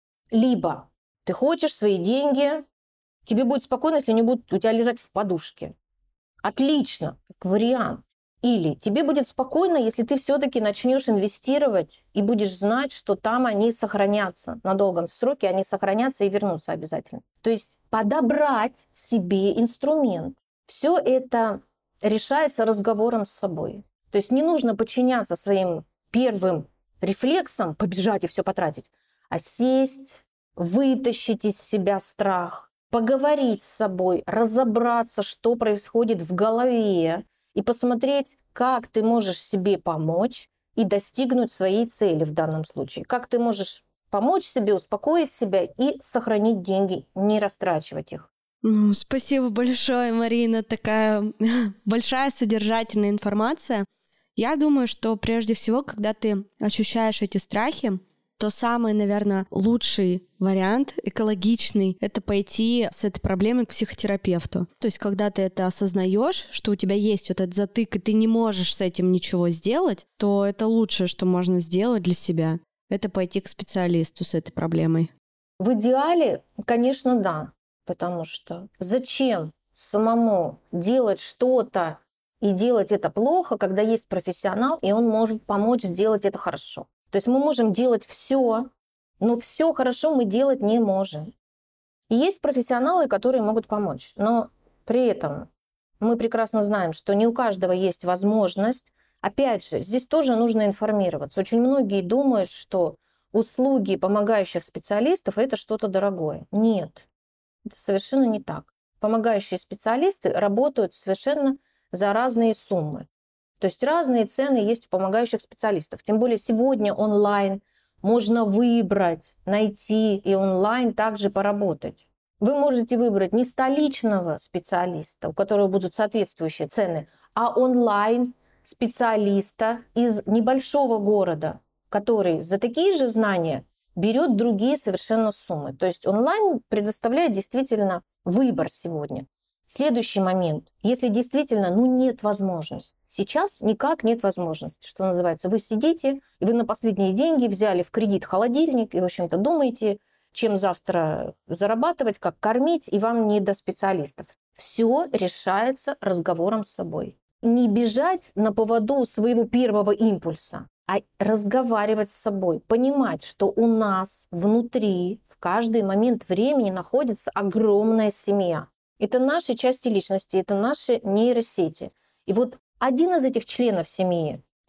Либо ты хочешь свои деньги, тебе будет спокойно, если они будут у тебя лежать в подушке. Отлично, как вариант. Или тебе будет спокойно, если ты все-таки начнешь инвестировать и будешь знать, что там они сохранятся на долгом сроке, они сохранятся и вернутся обязательно. То есть подобрать себе инструмент. Все это решается разговором с собой. То есть не нужно подчиняться своим первым рефлексам, побежать и все потратить, а сесть, вытащить из себя страх, поговорить с собой, разобраться, что происходит в голове, и посмотреть, как ты можешь себе помочь и достигнуть своей цели в данном случае. Как ты можешь помочь себе, успокоить себя и сохранить деньги, не растрачивать их. Ну, спасибо большое, Марина. Такая большая содержательная информация. Я думаю, что прежде всего, когда ты ощущаешь эти страхи, то самый, наверное, лучший вариант, экологичный, это пойти с этой проблемой к психотерапевту. То есть, когда ты это осознаешь, что у тебя есть вот этот затык, и ты не можешь с этим ничего сделать, то это лучшее, что можно сделать для себя. Это пойти к специалисту с этой проблемой. В идеале, конечно, да. Потому что зачем самому делать что-то и делать это плохо, когда есть профессионал, и он может помочь сделать это хорошо. То есть мы можем делать все, но все хорошо мы делать не можем. И есть профессионалы, которые могут помочь. Но при этом мы прекрасно знаем, что не у каждого есть возможность. Опять же, здесь тоже нужно информироваться. Очень многие думают, что услуги помогающих специалистов – это что-то дорогое. Нет, это совершенно не так. Помогающие специалисты работают совершенно за разные суммы. То есть разные цены есть у помогающих специалистов. Тем более сегодня онлайн можно выбрать, найти и онлайн также поработать. Вы можете выбрать не столичного специалиста, у которого будут соответствующие цены, а онлайн специалиста из небольшого города, который за такие же знания берет другие совершенно суммы. То есть онлайн предоставляет действительно выбор сегодня. Следующий момент. Если действительно ну, нет возможности. Сейчас никак нет возможности. Что называется, вы сидите, и вы на последние деньги взяли в кредит холодильник, и, в общем-то, думаете, чем завтра зарабатывать, как кормить, и вам не до специалистов. Все решается разговором с собой. Не бежать на поводу своего первого импульса, а разговаривать с собой, понимать, что у нас внутри в каждый момент времени находится огромная семья. Это наши части личности, это наши нейросети. И вот один из этих членов семьи,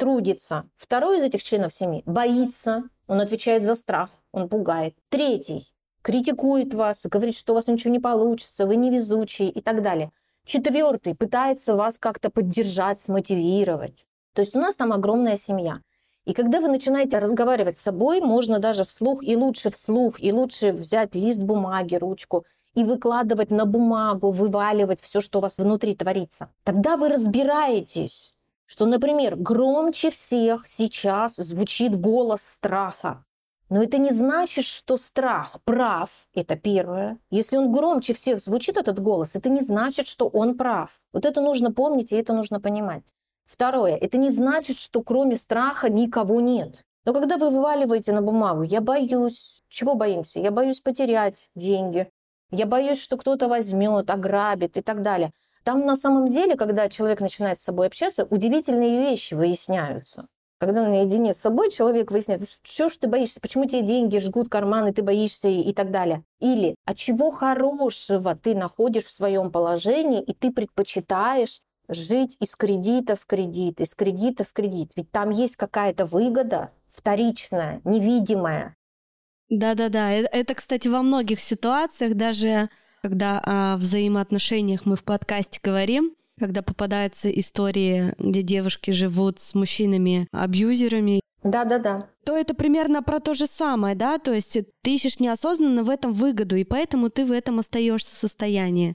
трудится. Второй из этих членов семьи боится, он отвечает за страх, он пугает. Третий критикует вас, говорит, что у вас ничего не получится, вы невезучие и так далее. Четвертый пытается вас как-то поддержать, смотивировать. То есть у нас там огромная семья. И когда вы начинаете разговаривать с собой, можно даже вслух, и лучше вслух, и лучше взять лист бумаги, ручку, и выкладывать на бумагу, вываливать все, что у вас внутри творится. Тогда вы разбираетесь, что, например, громче всех сейчас звучит голос страха. Но это не значит, что страх прав, это первое. Если он громче всех звучит, этот голос, это не значит, что он прав. Вот это нужно помнить, и это нужно понимать. Второе, это не значит, что кроме страха никого нет. Но когда вы вываливаете на бумагу, я боюсь, чего боимся? Я боюсь потерять деньги, я боюсь, что кто-то возьмет, ограбит и так далее. Там на самом деле, когда человек начинает с собой общаться, удивительные вещи выясняются. Когда наедине с собой человек выясняет, что ж ты боишься, почему тебе деньги жгут карманы, ты боишься и, и так далее. Или а чего хорошего ты находишь в своем положении, и ты предпочитаешь жить из кредита в кредит, из кредита в кредит. Ведь там есть какая-то выгода вторичная, невидимая. Да-да-да, это, кстати, во многих ситуациях, даже когда о взаимоотношениях мы в подкасте говорим, когда попадаются истории, где девушки живут с мужчинами-абьюзерами. Да-да-да. То это примерно про то же самое, да? То есть ты ищешь неосознанно в этом выгоду, и поэтому ты в этом остаешься в состоянии.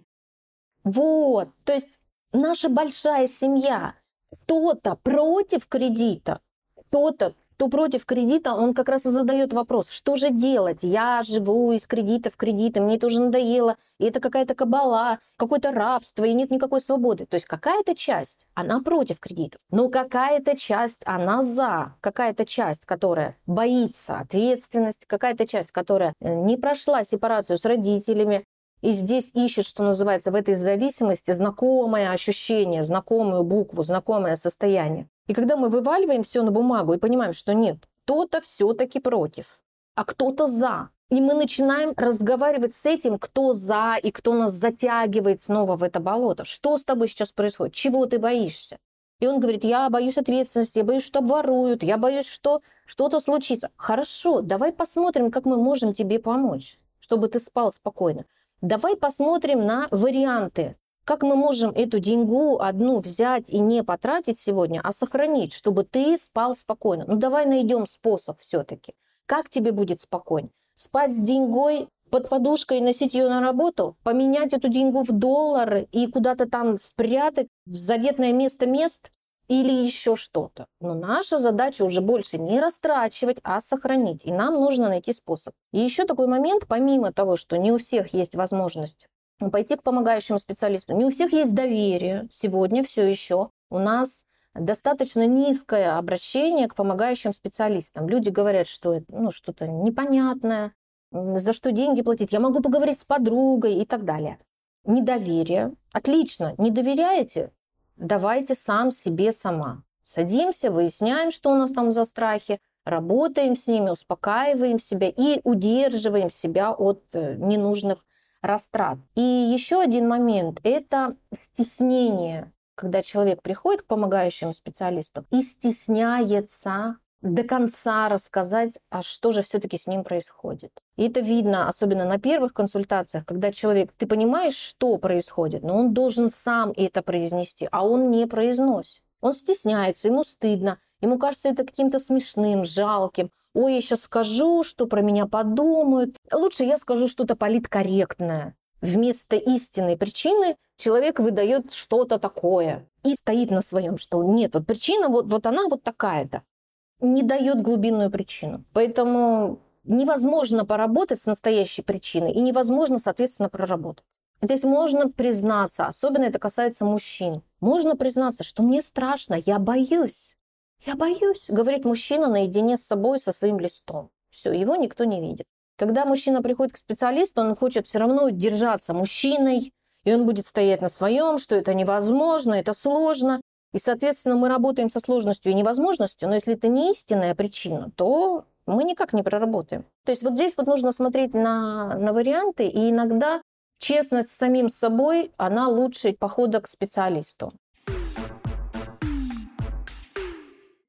Вот, то есть наша большая семья, кто-то против кредита, кто-то кто против кредита, он как раз и задает вопрос, что же делать? Я живу из кредита в кредит, и мне это уже надоело, и это какая-то кабала, какое-то рабство, и нет никакой свободы. То есть какая-то часть, она против кредитов, но какая-то часть, она за, какая-то часть, которая боится ответственности, какая-то часть, которая не прошла сепарацию с родителями, и здесь ищет, что называется, в этой зависимости знакомое ощущение, знакомую букву, знакомое состояние. И когда мы вываливаем все на бумагу и понимаем, что нет, кто-то все-таки против, а кто-то за. И мы начинаем разговаривать с этим, кто за и кто нас затягивает снова в это болото. Что с тобой сейчас происходит? Чего ты боишься? И он говорит, я боюсь ответственности, я боюсь, что обворуют, я боюсь, что что-то случится. Хорошо, давай посмотрим, как мы можем тебе помочь, чтобы ты спал спокойно. Давай посмотрим на варианты. Как мы можем эту деньгу одну взять и не потратить сегодня, а сохранить, чтобы ты спал спокойно? Ну давай найдем способ все-таки. Как тебе будет спокойно? Спать с деньгой под подушкой и носить ее на работу? Поменять эту деньгу в доллары и куда-то там спрятать в заветное место мест? Или еще что-то? Но наша задача уже больше не растрачивать, а сохранить. И нам нужно найти способ. И еще такой момент, помимо того, что не у всех есть возможность пойти к помогающему специалисту. Не у всех есть доверие. Сегодня все еще у нас достаточно низкое обращение к помогающим специалистам. Люди говорят, что это ну, что-то непонятное, за что деньги платить. Я могу поговорить с подругой и так далее. Недоверие. Отлично. Не доверяете? Давайте сам себе сама. Садимся, выясняем, что у нас там за страхи, работаем с ними, успокаиваем себя и удерживаем себя от ненужных растрат. И еще один момент – это стеснение. Когда человек приходит к помогающему специалисту и стесняется до конца рассказать, а что же все-таки с ним происходит. И это видно, особенно на первых консультациях, когда человек, ты понимаешь, что происходит, но он должен сам это произнести, а он не произносит. Он стесняется, ему стыдно, ему кажется это каким-то смешным, жалким. Ой, я сейчас скажу, что про меня подумают. Лучше я скажу что-то политкорректное. Вместо истинной причины человек выдает что-то такое и стоит на своем, что нет, вот причина, вот, вот она вот такая-то. Не дает глубинную причину. Поэтому невозможно поработать с настоящей причиной и невозможно, соответственно, проработать. Здесь можно признаться, особенно это касается мужчин, можно признаться, что мне страшно, я боюсь. Я боюсь, говорит мужчина наедине с собой, со своим листом. Все, его никто не видит. Когда мужчина приходит к специалисту, он хочет все равно держаться мужчиной, и он будет стоять на своем, что это невозможно, это сложно. И, соответственно, мы работаем со сложностью и невозможностью, но если это не истинная причина, то мы никак не проработаем. То есть вот здесь вот нужно смотреть на, на варианты, и иногда честность с самим собой, она лучше похода к специалисту.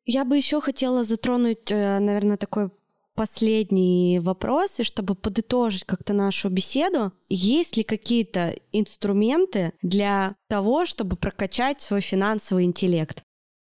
Я бы еще хотела затронуть, наверное, такой последний вопрос, и чтобы подытожить как-то нашу беседу. Есть ли какие-то инструменты для того, чтобы прокачать свой финансовый интеллект?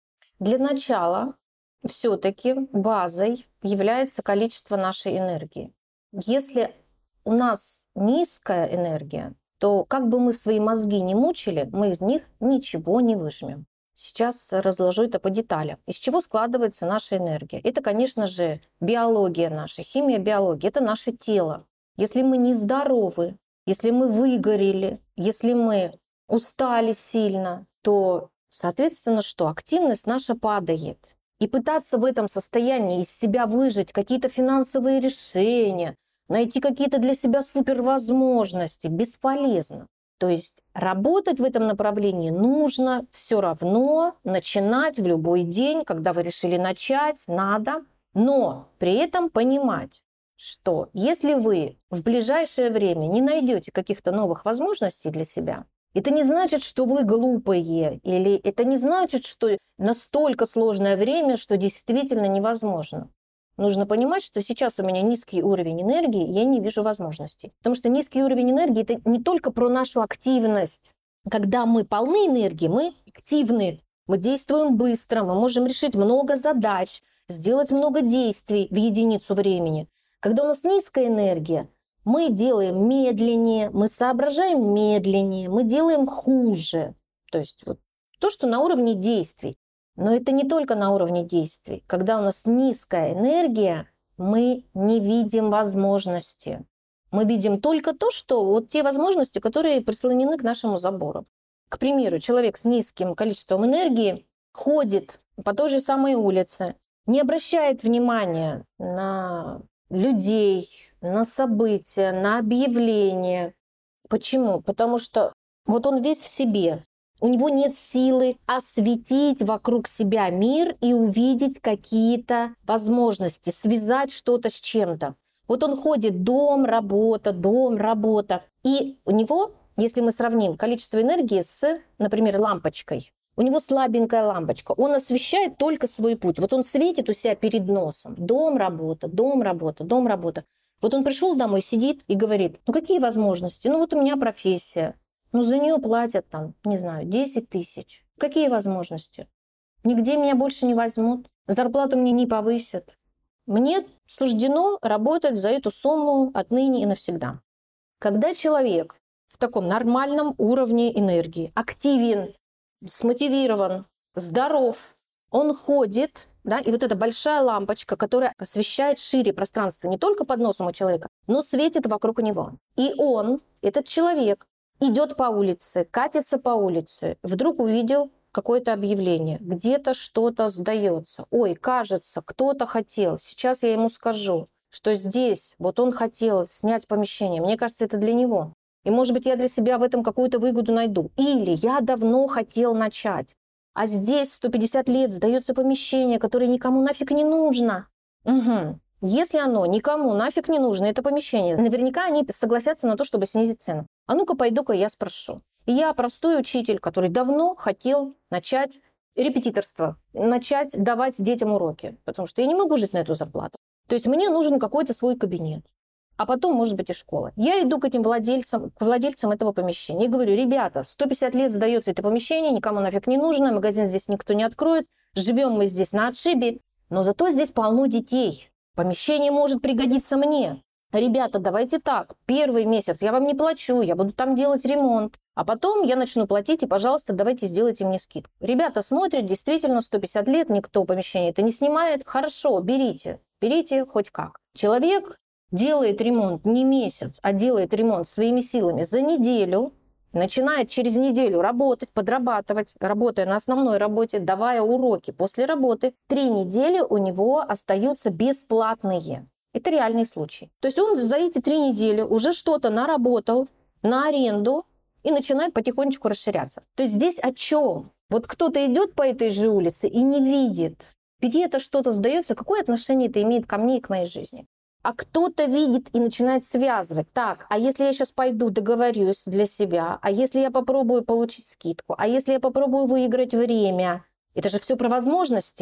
Для начала все-таки базой является количество нашей энергии. Если у нас низкая энергия, то как бы мы свои мозги не мучили, мы из них ничего не выжмем. Сейчас разложу это по деталям. Из чего складывается наша энергия? Это, конечно же, биология наша, химия, биология. Это наше тело. Если мы нездоровы, если мы выгорели, если мы устали сильно, то, соответственно, что? Активность наша падает. И пытаться в этом состоянии из себя выжать какие-то финансовые решения, найти какие-то для себя супервозможности бесполезно. То есть работать в этом направлении нужно все равно, начинать в любой день, когда вы решили начать, надо. Но при этом понимать, что если вы в ближайшее время не найдете каких-то новых возможностей для себя, это не значит, что вы глупые, или это не значит, что настолько сложное время, что действительно невозможно. Нужно понимать, что сейчас у меня низкий уровень энергии, я не вижу возможностей. Потому что низкий уровень энергии – это не только про нашу активность. Когда мы полны энергии, мы активны, мы действуем быстро, мы можем решить много задач, сделать много действий в единицу времени. Когда у нас низкая энергия, мы делаем медленнее, мы соображаем медленнее, мы делаем хуже. То есть вот то, что на уровне действий. Но это не только на уровне действий. Когда у нас низкая энергия, мы не видим возможности. Мы видим только то, что вот те возможности, которые прислонены к нашему забору. К примеру, человек с низким количеством энергии ходит по той же самой улице, не обращает внимания на людей, на события, на объявления. Почему? Потому что вот он весь в себе. У него нет силы осветить вокруг себя мир и увидеть какие-то возможности, связать что-то с чем-то. Вот он ходит дом, работа, дом, работа. И у него, если мы сравним количество энергии с, например, лампочкой, у него слабенькая лампочка, он освещает только свой путь. Вот он светит у себя перед носом. Дом, работа, дом, работа, дом, работа. Вот он пришел домой, сидит и говорит, ну какие возможности? Ну вот у меня профессия. Ну, за нее платят там, не знаю, десять тысяч. Какие возможности? Нигде меня больше не возьмут. Зарплату мне не повысят. Мне суждено работать за эту сумму отныне и навсегда. Когда человек в таком нормальном уровне энергии, активен, смотивирован, здоров, он ходит, да, и вот эта большая лампочка, которая освещает шире пространство не только под носом у человека, но светит вокруг него. И он, этот человек, идет по улице, катится по улице, вдруг увидел какое-то объявление, где-то что-то сдается. Ой, кажется, кто-то хотел, сейчас я ему скажу, что здесь вот он хотел снять помещение. Мне кажется, это для него. И, может быть, я для себя в этом какую-то выгоду найду. Или я давно хотел начать, а здесь сто пятьдесят лет сдается помещение, которое никому нафиг не нужно. Угу. Если оно никому нафиг не нужно, это помещение, наверняка они согласятся на то, чтобы снизить цену. А ну-ка, пойду-ка я спрошу. И я простой учитель, который давно хотел начать репетиторство, начать давать детям уроки, потому что я не могу жить на эту зарплату. То есть мне нужен какой-то свой кабинет, а потом, может быть, и школа. Я иду к этим владельцам, к владельцам этого помещения и говорю, ребята, сто пятьдесят лет сдается это помещение, никому нафиг не нужно, магазин здесь никто не откроет, живем мы здесь на отшибе, но зато здесь полно детей. Помещение может пригодиться мне. Ребята, давайте так, первый месяц я вам не плачу, я буду там делать ремонт, а потом я начну платить, и, пожалуйста, давайте сделайте мне скидку. Ребята смотрят, действительно, сто пятьдесят лет, никто помещение это не снимает, хорошо, берите, берите хоть как. Человек делает ремонт не месяц, а делает ремонт своими силами за неделю, начинает через неделю работать, подрабатывать, работая на основной работе, давая уроки после работы. Три недели у него остаются бесплатные. Это реальный случай. То есть он за эти три недели уже что-то наработал на аренду и начинает потихонечку расширяться. То есть здесь о чем? Вот кто-то идет по этой же улице и не видит, где это что-то сдается, какое отношение это имеет ко мне и к моей жизни. А кто-то видит и начинает связывать. Так, а если я сейчас пойду договорюсь для себя, а если я попробую получить скидку, а если я попробую выиграть время? Это же все про возможности.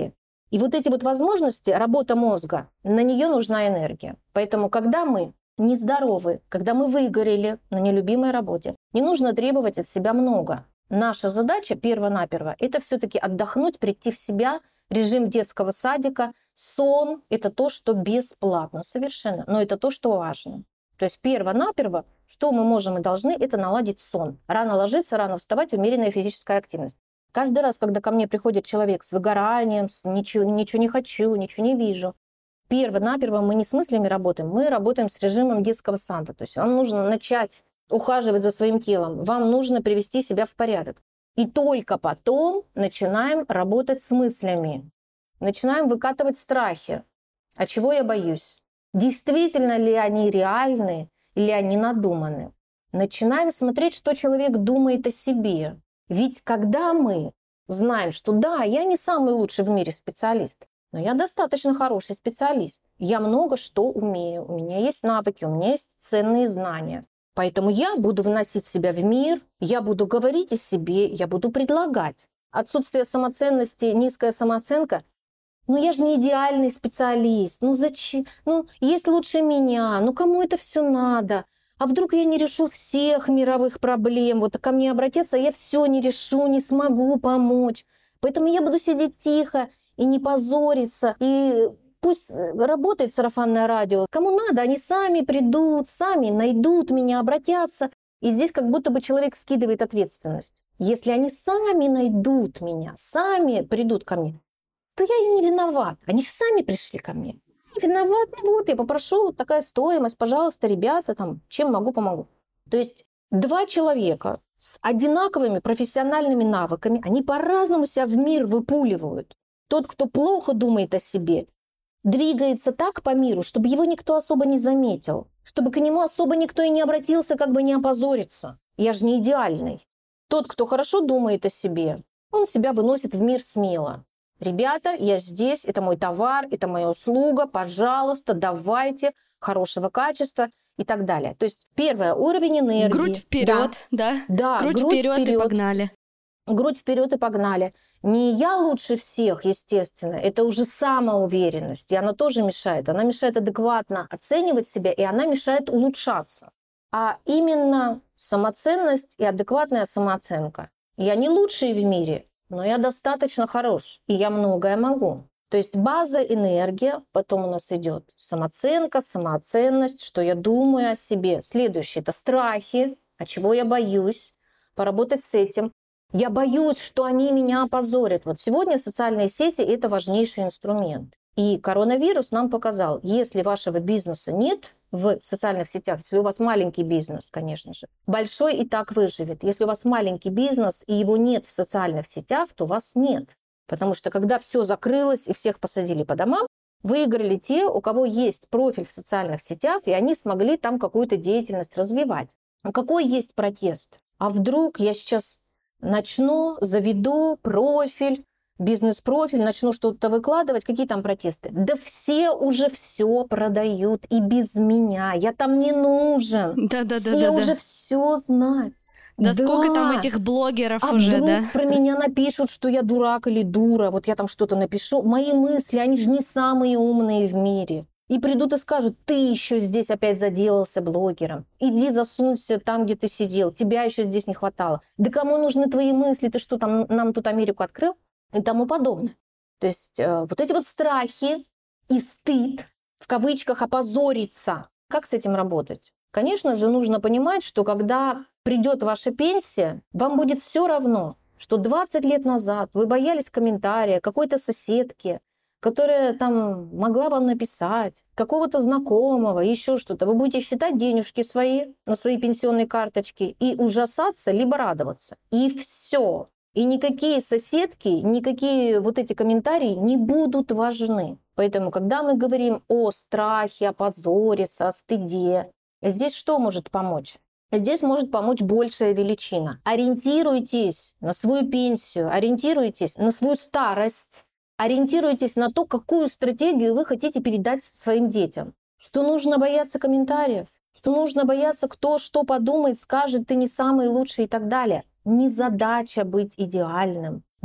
И вот эти вот возможности, работа мозга, на нее нужна энергия. Поэтому, когда мы нездоровы, когда мы выгорели на нелюбимой работе, не нужно требовать от себя много. Наша задача перво-наперво – это все-таки отдохнуть, прийти в себя, режим детского садика. Сон – это то, что бесплатно совершенно, но это то, что важно. То есть перво-наперво, что мы можем и должны, это наладить сон. Рано ложиться, рано вставать, умеренная физическая активность. Каждый раз, когда ко мне приходит человек с выгоранием, с ничего, ничего не хочу, ничего не вижу, перво-наперво мы не с мыслями работаем, мы работаем с режимом детского сада. То есть вам нужно начать ухаживать за своим телом, вам нужно привести себя в порядок. И только потом начинаем работать с мыслями, начинаем выкатывать страхи. А чего я боюсь? Действительно ли они реальны или они надуманы? Начинаем смотреть, что человек думает о себе. Ведь когда мы знаем, что да, я не самый лучший в мире специалист, но я достаточно хороший специалист, я много что умею, у меня есть навыки, у меня есть ценные знания. Поэтому я буду вносить себя в мир, я буду говорить о себе, я буду предлагать. Отсутствие самоценности, низкая самооценка. Ну я же не идеальный специалист, ну зачем? Ну есть лучше меня, ну кому это все надо? А вдруг я не решу всех мировых проблем? Вот ко мне обратятся, я все не решу, не смогу помочь. Поэтому я буду сидеть тихо и не позориться. И пусть работает сарафанное радио. Кому надо, они сами придут, сами найдут меня, обратятся. И здесь как будто бы человек скидывает ответственность. Если они сами найдут меня, сами придут ко мне, то я и не виноват. Они же сами пришли ко мне. Не виноват, ну вот, я попрошу, вот такая стоимость, пожалуйста, ребята, там, чем могу, помогу. То есть два человека с одинаковыми профессиональными навыками, они по-разному себя в мир выпуливают. Тот, кто плохо думает о себе, двигается так по миру, чтобы его никто особо не заметил, чтобы к нему особо никто и не обратился, как бы не опозориться. Я же не идеальный. Тот, кто хорошо думает о себе, он себя выносит в мир смело. Ребята, я здесь, это мой товар, это моя услуга, пожалуйста, давайте, хорошего качества и так далее. То есть первый уровень энергии. Грудь вперед, да? Да, грудь, грудь вперед и погнали. Грудь вперед и погнали. Не я лучше всех, естественно, это уже самоуверенность, и она тоже мешает. Она мешает адекватно оценивать себя, и она мешает улучшаться. А именно самоценность и адекватная самооценка. Я не лучший в мире, но я достаточно хорош, и я многое могу. То есть база, энергия, потом у нас идет самооценка, самооценность, что я думаю о себе. Следующее – это страхи, а чего я боюсь, поработать с этим. Я боюсь, что они меня опозорят. Вот сегодня социальные сети – это важнейший инструмент. И коронавирус нам показал, если вашего бизнеса нет в социальных сетях, если у вас маленький бизнес, конечно же, большой и так выживет. Если у вас маленький бизнес и его нет в социальных сетях, то вас нет. Потому что когда все закрылось и всех посадили по домам, выиграли те, у кого есть профиль в социальных сетях, и они смогли там какую-то деятельность развивать. А какой есть протест? А вдруг я сейчас начну, заведу профиль, бизнес-профиль, начну что-то выкладывать, какие там протесты? Да все уже все продают и без меня. Я там не нужен. Да, да, все да, да, уже да. все знают. Да, Да, сколько там этих блогеров а уже, вдруг да? про меня напишут, что я дурак или дура. Вот я там что-то напишу. Мои мысли, они же не самые умные в мире. И придут и скажут, ты еще здесь опять заделался блогером. Иди засунься там, где ты сидел. Тебя еще здесь не хватало. Да кому нужны твои мысли? Ты что, там нам тут Америку открыл? И тому подобное. То есть э, вот эти вот страхи и стыд, в кавычках, опозориться. Как с этим работать? Конечно же, нужно понимать, что когда придет ваша пенсия, вам будет все равно, что двадцать лет назад вы боялись комментария какой-то соседки, которая там могла вам написать, какого-то знакомого, еще что-то. Вы будете считать денежки свои на свои пенсионные карточки и ужасаться, либо радоваться. И все. И никакие соседки, никакие вот эти комментарии не будут важны. Поэтому, когда мы говорим о страхе, о позориться, о стыде, здесь что может помочь? Здесь может помочь большая величина. Ориентируйтесь на свою пенсию, ориентируйтесь на свою старость, ориентируйтесь на то, какую стратегию вы хотите передать своим детям. Что нужно бояться комментариев, что нужно бояться, кто что подумает, скажет, ты не самый лучший и так далее. Не задача быть идеальным,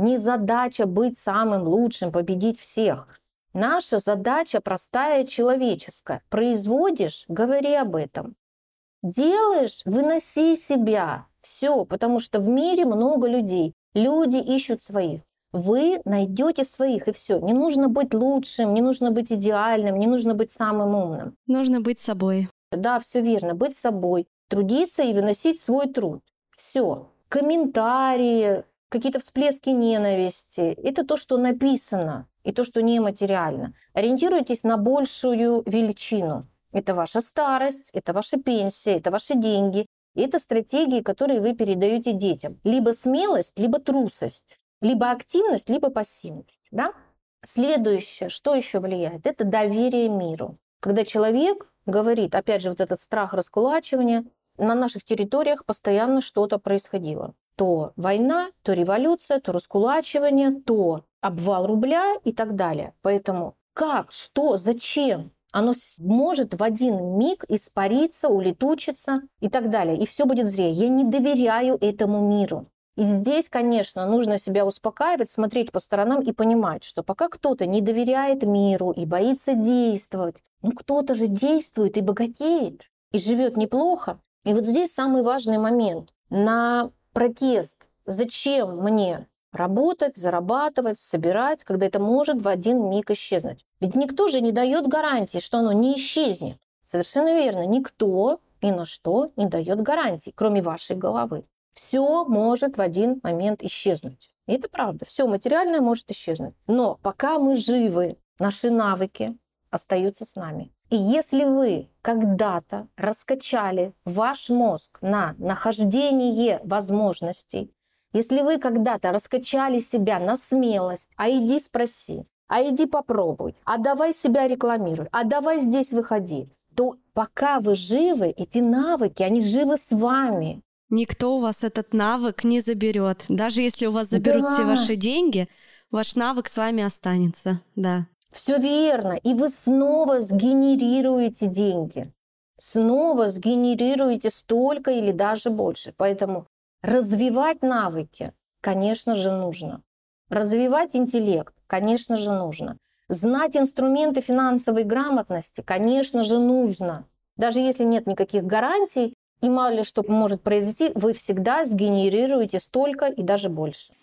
Не задача быть самым лучшим, победить всех. Наша задача простая, человеческая. Производишь — говори об этом. Делаешь — выноси себя. Все, потому что в мире много людей. Люди ищут своих. Вы найдете своих, и все. Не нужно быть лучшим, не нужно быть идеальным, не нужно быть самым умным. Нужно быть собой. Да, все верно. Быть собой, трудиться и выносить свой труд. Все. Комментарии, какие-то всплески ненависти — это то, что написано, и то, что нематериально. Ориентируйтесь на большую величину. Это ваша старость, это ваша пенсия, это ваши деньги. И это стратегии, которые вы передаете детям. Либо смелость, либо трусость. Либо активность, либо пассивность. Да? Следующее, что еще влияет, это доверие миру. Когда человек говорит, опять же, вот этот страх раскулачивания, на наших территориях постоянно что-то происходило. То война, то революция, то раскулачивание, то обвал рубля и так далее. Поэтому как, что, зачем? Оно может в один миг испариться, улетучиться и так далее. И все будет зря. Я не доверяю этому миру. И здесь, конечно, нужно себя успокаивать, смотреть по сторонам и понимать, что пока кто-то не доверяет миру и боится действовать, ну кто-то же действует и богатеет, и живет неплохо. И вот здесь самый важный момент. На протест. Зачем мне работать, зарабатывать, собирать, когда это может в один миг исчезнуть? Ведь никто же не дает гарантии, что оно не исчезнет. Совершенно верно. Никто ни на что не дает гарантий, кроме вашей головы. Все может в один момент исчезнуть. И это правда. Все материальное может исчезнуть. Но пока мы живы, наши навыки остаются с нами. И если вы когда-то раскачали ваш мозг на нахождение возможностей, если вы когда-то раскачали себя на смелость, а иди спроси, а иди попробуй, а давай себя рекламируй, а давай здесь выходи, то пока вы живы, эти навыки, они живы с вами. Никто у вас этот навык не заберет. Даже если у вас заберут Да. все ваши деньги, ваш навык с вами останется. Да. Все верно. И вы снова сгенерируете деньги. Снова сгенерируете столько или даже больше. Поэтому развивать навыки, конечно же, нужно. Развивать интеллект, конечно же, нужно. Знать инструменты финансовой грамотности, конечно же, нужно. Даже если нет никаких гарантий, и мало ли что может произойти, вы всегда сгенерируете столько и даже больше.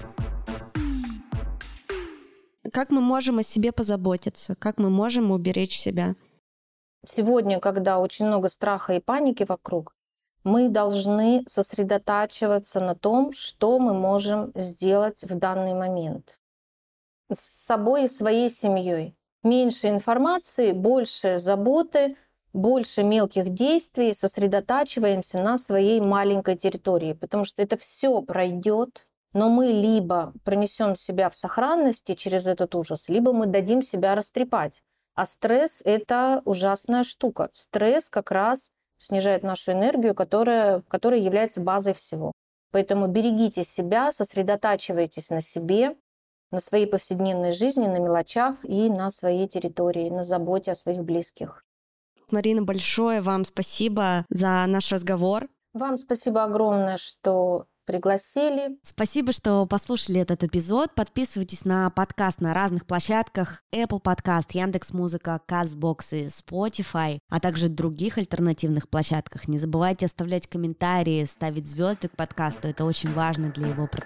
Как мы можем о себе позаботиться? Как мы можем уберечь себя? Сегодня, когда очень много страха и паники вокруг, мы должны сосредотачиваться на том, что мы можем сделать в данный момент. С собой и своей семьей. Меньше информации, больше заботы, больше мелких действий, сосредотачиваемся на своей маленькой территории, потому что это все пройдет, но мы либо пронесем себя в сохранности через этот ужас, либо мы дадим себя растрепать. А стресс — это ужасная штука. Стресс как раз снижает нашу энергию, которая, которая является базой всего. Поэтому берегите себя, сосредотачивайтесь на себе, на своей повседневной жизни, на мелочах и на своей территории, на заботе о своих близких. Марина, большое вам спасибо за наш разговор. Вам спасибо огромное, что пригласили. Спасибо, что послушали этот эпизод. Подписывайтесь на подкаст на разных площадках: Apple Podcast, Яндекс.Музыка, Castbox и Spotify, а также других альтернативных площадках. Не забывайте оставлять комментарии, ставить звезды к подкасту. Это очень важно для его продвижения.